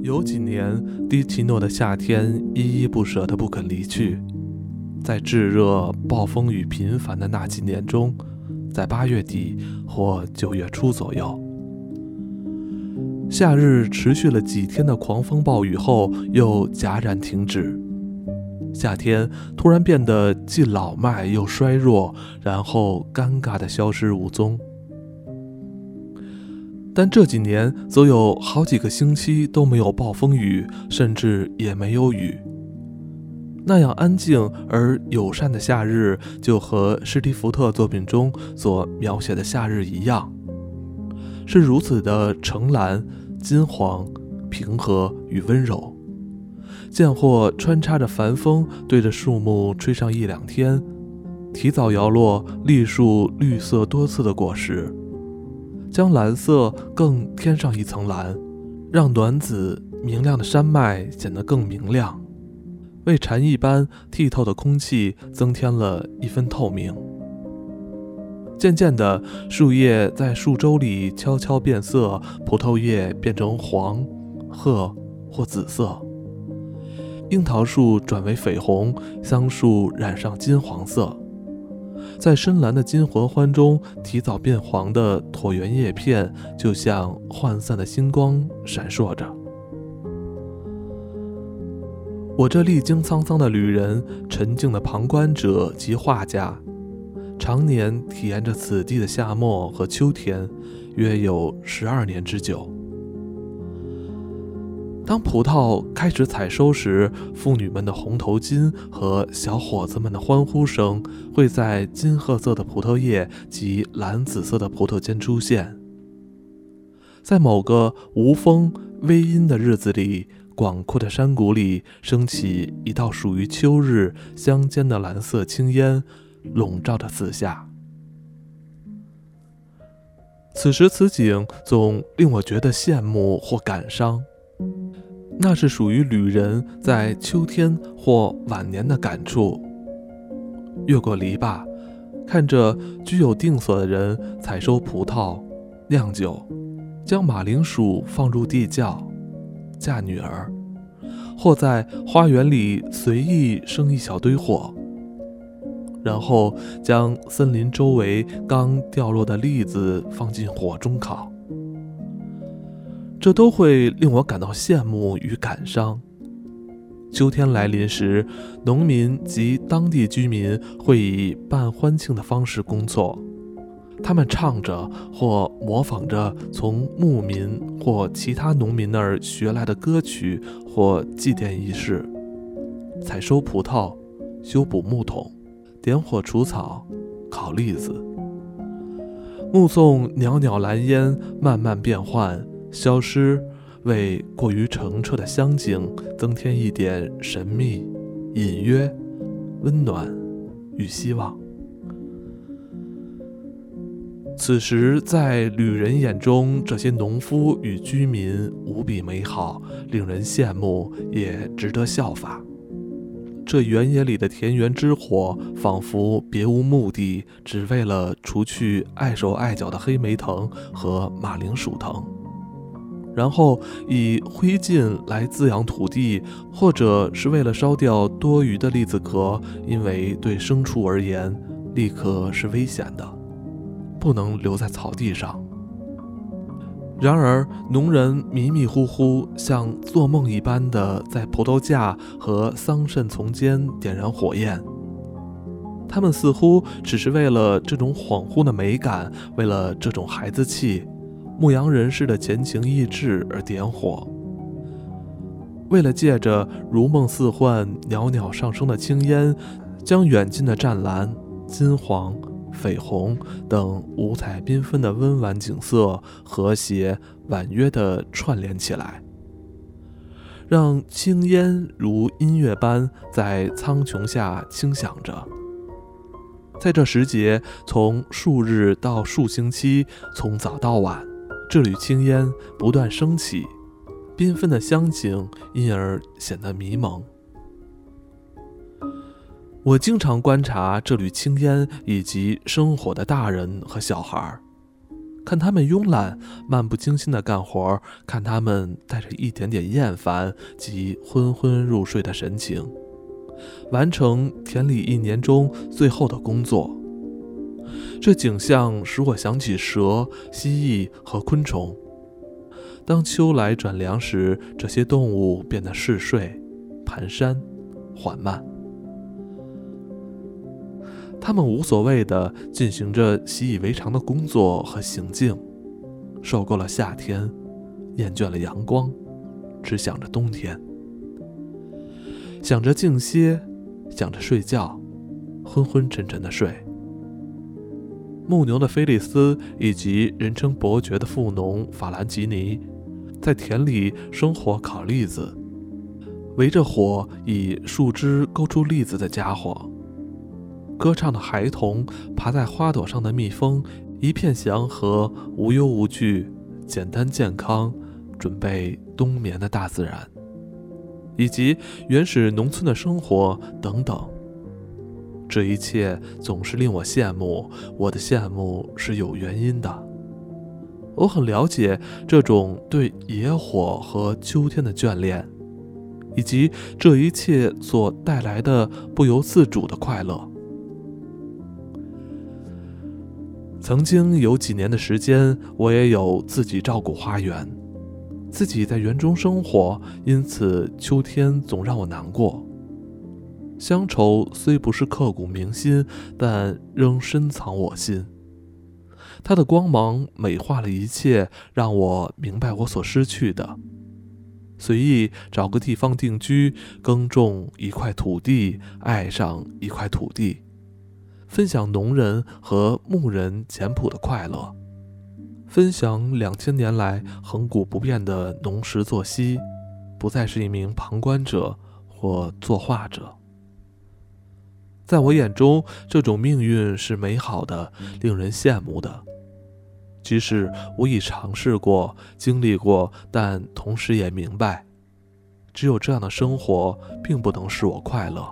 有几年，迪奇诺的夏天依依不舍地不肯离去。在炙热、暴风雨频繁的那几年中，在8月底或9月初左右，夏日持续了几天的狂风暴雨后，又戛然停止。夏天突然变得既老迈又衰弱，然后尴尬地消失无踪。但这几年则有好几个星期都没有暴风雨，甚至也没有雨。那样安静而友善的夏日，就和施蒂福特作品中所描写的夏日一样，是如此的橙蓝、金黄、平和与温柔。见或穿插着凡风，对着树木吹上1-2天，提早摇落栗树绿色多刺的果实，将蓝色更添上一层蓝，让暖紫明亮的山脉显得更明亮，为蝉翼般剔透的空气增添了一分透明。渐渐的，树叶在树周里悄悄变色，葡萄叶变成黄、褐或紫色，樱桃树转为绯红，桑树染上金黄色。在深蓝的金合欢中，提早变黄的椭圆叶片就像涣散的星光闪烁着。我这历经沧桑的旅人，沉静的旁观者及画家，常年体验着此地的夏末和秋天，约有12年之久。当葡萄开始采收时，妇女们的红头巾和小伙子们的欢呼声会在金褐色的葡萄叶及蓝紫色的葡萄间出现。在某个无风微阴的日子里，广阔的山谷里升起一道属于秋日乡间的蓝色青烟，笼罩着四下。此时此景总令我觉得羡慕或感伤，那是属于旅人在秋天或晚年的感触。越过篱笆，看着居有定所的人采收葡萄、酿酒，将马铃薯放入地窖，嫁女儿，或在花园里随意生一小堆火，然后将森林周围刚掉落的栗子放进火中烤。这都会令我感到羡慕与感伤。秋天来临时，农民及当地居民会以半欢庆的方式工作，他们唱着或模仿着从牧民或其他农民那儿学来的歌曲或祭奠仪式，采收葡萄，修补木桶，点火除草，烤栗子，目送袅袅蓝烟慢慢变幻消失，为过于澄澈的乡景增添一点神秘、隐约、温暖与希望。此时在旅人眼中，这些农夫与居民无比美好，令人羡慕，也值得效法。这原野里的田园之火仿佛别无目的，只为了除去碍手碍脚的黑莓藤和马铃薯藤，然后以灰烬来滋养土地，或者是为了烧掉多余的栗子壳，因为对牲畜而言，栗壳是危险的，不能留在草地上。然而农人迷迷糊糊，像做梦一般的在葡萄架和桑葚丛间点燃火焰，他们似乎只是为了这种恍惚的美感，为了这种孩子气、牧羊人式的前情逸致而点火，为了借着如梦似幻、袅袅上升的青烟，将远近的湛蓝、金黄、绯红等五彩缤纷的温婉景色和谐婉约地串联起来，让青烟如音乐般在苍穹下轻响着。在这时节，从数日到数星期，从早到晚，这缕青烟不断升起，缤纷的香景因而显得迷蒙。我经常观察这缕青烟以及生火的大人和小孩， 看他们慵懒、漫不经心地干活，看他们带着一点点厌烦及昏昏入睡的神情，完成田里一年中最后的工作。这景象使我想起蛇、蜥蜴和昆虫。当秋来转凉时，这些动物变得嗜睡、蹒跚、缓慢。他们无所谓地进行着习以为常的工作和行径，受够了夏天，厌倦了阳光，只想着冬天，想着静歇，想着睡觉，昏昏沉沉的睡。牧牛的菲利斯以及人称伯爵的富农法兰吉尼，在田里生火烤栗子，围着火以树枝勾出栗子的家伙。歌唱的孩童，爬在花朵上的蜜蜂，一片祥和，无忧无惧，简单健康，准备冬眠的大自然，以及原始农村的生活等等。这一切总是令我羡慕，我的羡慕是有原因的。我很了解这种对野火和秋天的眷恋，以及这一切所带来的不由自主的快乐。曾经有几年的时间，我也有自己照顾花园，自己在园中生活，因此秋天总让我难过。乡愁虽不是刻骨铭心，但仍深藏我心。它的光芒美化了一切，让我明白我所失去的。随意找个地方定居，耕种一块土地，爱上一块土地，分享农人和牧人简朴的快乐，分享2000年来恒古不变的农时作息，不再是一名旁观者或作画者。在我眼中，这种命运是美好的，令人羡慕的。即使我已尝试过、经历过，但同时也明白，只有这样的生活并不能使我快乐。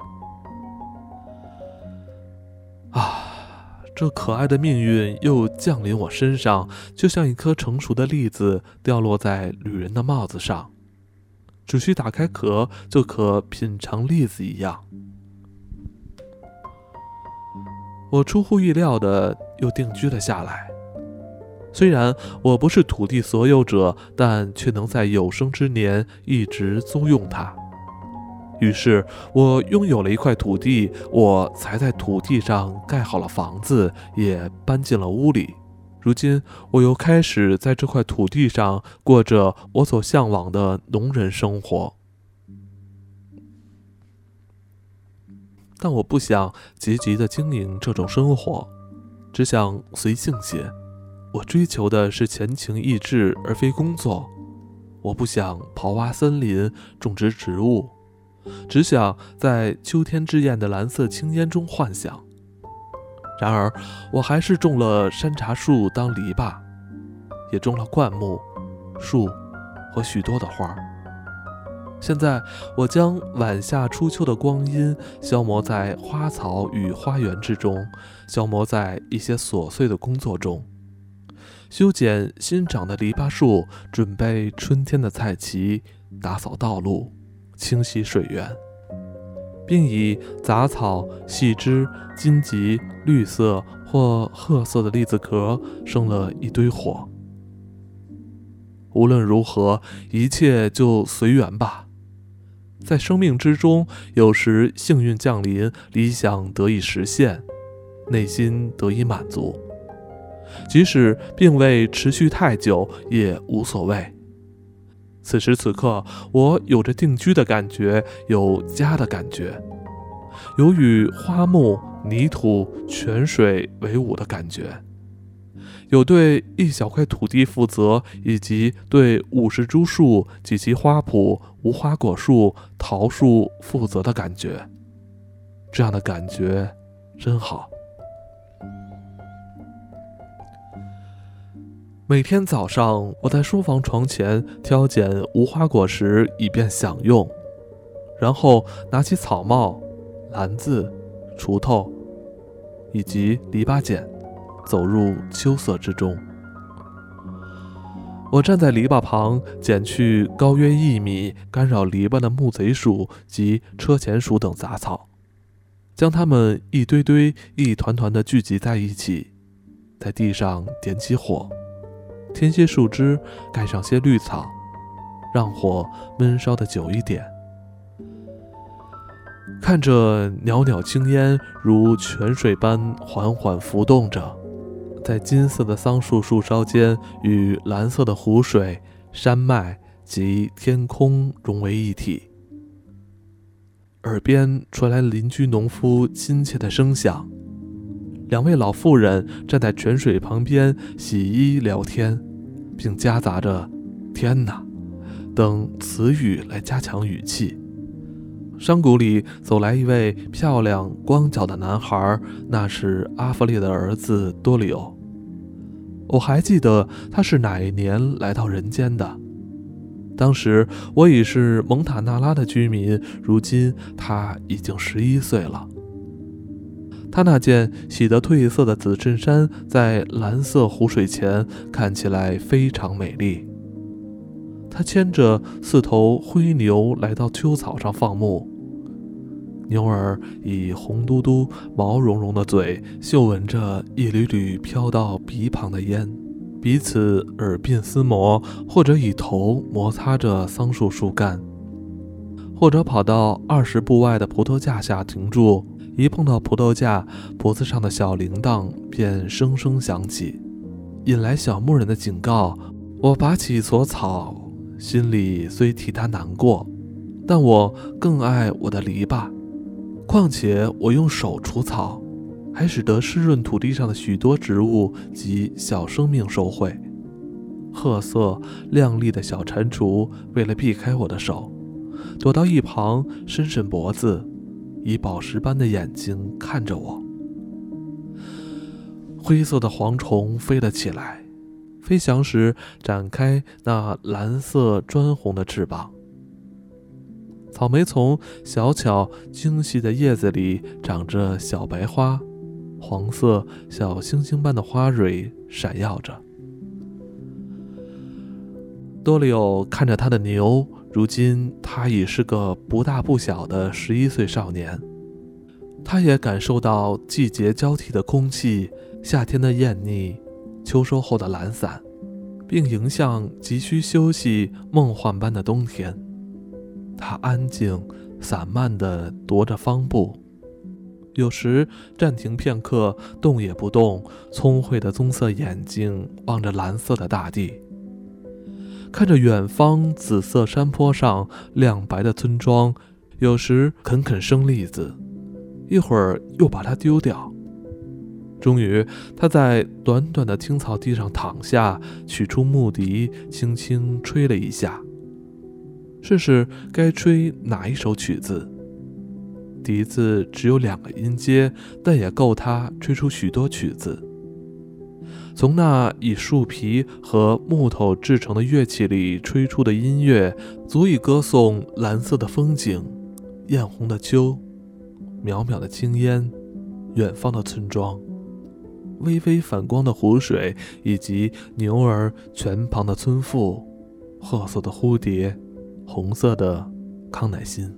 这可爱的命运又降临我身上，就像一颗成熟的栗子掉落在旅人的帽子上，只需打开壳就可品尝栗子一样。我出乎意料的又定居了下来。虽然我不是土地所有者，但却能在有生之年一直租用它。于是我拥有了一块土地，我才在土地上盖好了房子，也搬进了屋里。如今我又开始在这块土地上过着我所向往的农人生活。但我不想积极地经营这种生活，只想随性些。我追求的是前情逸致，而非工作。我不想刨挖森林，种植植物，只想在秋天之焰的蓝色青烟中幻想。然而，我还是种了山茶树当篱笆，也种了灌木、树和许多的花。现在，我将晚夏初秋的光阴消磨在花草与花园之中，消磨在一些琐碎的工作中。修剪新长的篱笆树，准备春天的菜畦，打扫道路，清洗水源，并以杂草、细枝、荆棘、绿色或褐色的栗子壳生了一堆火。无论如何，一切就随缘吧。在生命之中，有时幸运降临，理想得以实现，内心得以满足。即使并未持续太久，也无所谓。此时此刻，我有着定居的感觉，有家的感觉，有与花木、泥土、泉水为伍的感觉，有对一小块土地负责，以及对50株树及其花圃、无花果树、桃树负责的感觉。这样的感觉真好。每天早上，我在书房床前挑拣无花果实以便享用，然后拿起草帽、篮子、锄头以及篱笆剪，走入秋色之中。 我站在篱笆旁，捡去高约1米、干扰篱笆的木贼鼠及车前鼠等杂草，将它们一堆堆、一团团地聚集在一起，在地上点起火，添些树枝，盖上些绿草，让火闷烧得久一点。看着袅袅青烟如泉水般缓缓浮动着，在金色的桑树树梢间与蓝色的湖水、山脉及天空融为一体。耳边传来邻居农夫亲切的声响，2位老妇人站在泉水旁边洗衣聊天，并夹杂着“天哪”等词语来加强语气。山谷里走来一位漂亮光脚的男孩，那是阿弗列的儿子多里欧。我还记得他是哪一年来到人间的，当时我已是蒙塔纳拉的居民，如今他已经11岁了。他那件洗得褪色的紫衬衫在蓝色湖水前看起来非常美丽。他牵着4头灰牛来到丘草上放牧，牛儿以红嘟嘟、毛茸茸的嘴嗅闻着一缕缕飘到鼻旁的烟，彼此耳鬓厮磨，或者以头摩擦着桑树树干，或者跑到20步外的葡萄架下停住，一碰到葡萄架，脖子上的小铃铛便声声响起，引来小牧人的警告。我拔起一撮草，心里虽替他难过，但我更爱我的篱笆。况且我用手除草，还使得湿润土地上的许多植物及小生命受惠。褐色亮丽的小蟾蜍为了避开我的手，躲到一旁，伸伸脖子，以宝石般的眼睛看着我。灰色的蝗虫飞了起来，飞翔时展开那蓝色砖红的翅膀。草莓丛小巧精细的叶子里长着小白花，黄色小星星般的花蕊闪耀着。多里欧看着他的牛，如今他已是个不大不小的11岁少年。他也感受到季节交替的空气，夏天的艳腻，秋收后的懒散，并迎向急需休息梦幻般的冬天。他安静散漫地踱着方步，有时暂停片刻，动也不动，聪慧的棕色眼睛望着蓝色的大地，看着远方紫色山坡上亮白的村庄，有时啃啃生栗子，一会儿又把它丢掉。终于他在短短的青草地上躺下，取出木笛，轻轻吹了一下。试试该吹哪一首曲子。笛子只有2个音阶，但也够他吹出许多曲子。从那以树皮和木头制成的乐器里吹出的音乐，足以歌颂蓝色的风景、艳红的秋、渺渺的青烟、远方的村庄、微微反光的湖水，以及牛儿泉旁的村妇、褐色的蝴蝶、红色的康乃馨。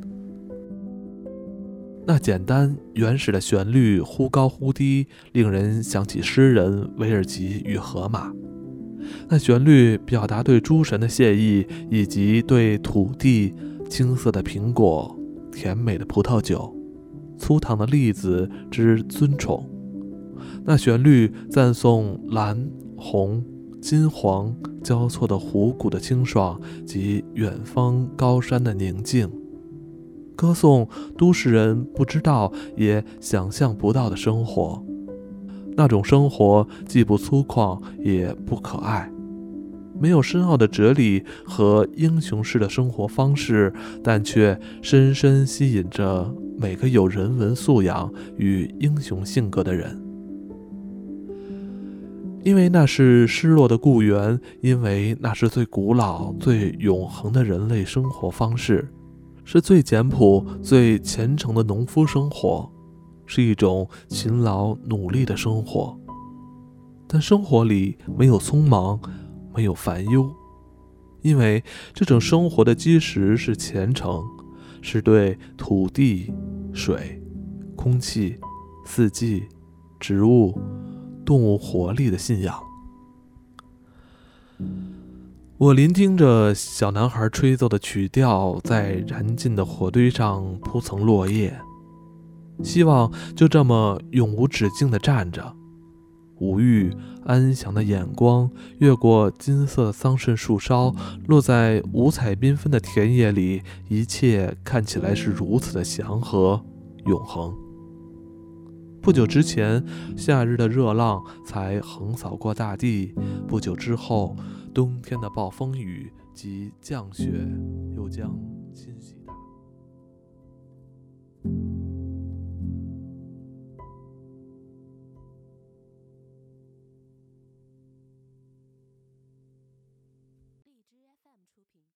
那简单原始的旋律忽高忽低，令人想起诗人维尔吉与荷马。那旋律表达对诸神的谢意，以及对土地、青色的苹果、甜美的葡萄酒、粗糖的栗子之尊崇。那旋律赞颂蓝、红、金黄交错的湖谷的清爽及远方高山的宁静，歌颂都市人不知道也想象不到的生活。那种生活既不粗犷也不可爱，没有深奥的哲理和英雄式的生活方式，但却深深吸引着每个有人文素养与英雄性格的人。因为那是失落的故园，因为那是最古老、最永恒的人类生活方式，是最简朴、最虔诚的农夫生活，是一种勤劳努力的生活。但生活里没有匆忙， 没有烦忧，因为这种生活的基石是虔诚，是对土地、水、空气、四季、植物、动物活力的信仰。我聆听着小男孩吹奏的曲调，在燃尽的火堆上铺层落叶，希望就这么永无止境地站着，无欲安详的眼光越过金色桑葚树梢，落在五彩缤纷的田野里，一切看起来是如此的祥和永恒。不久之前，夏日的热浪才横扫过大地，不久之后，冬天的暴风雨及降雪又将侵袭大地。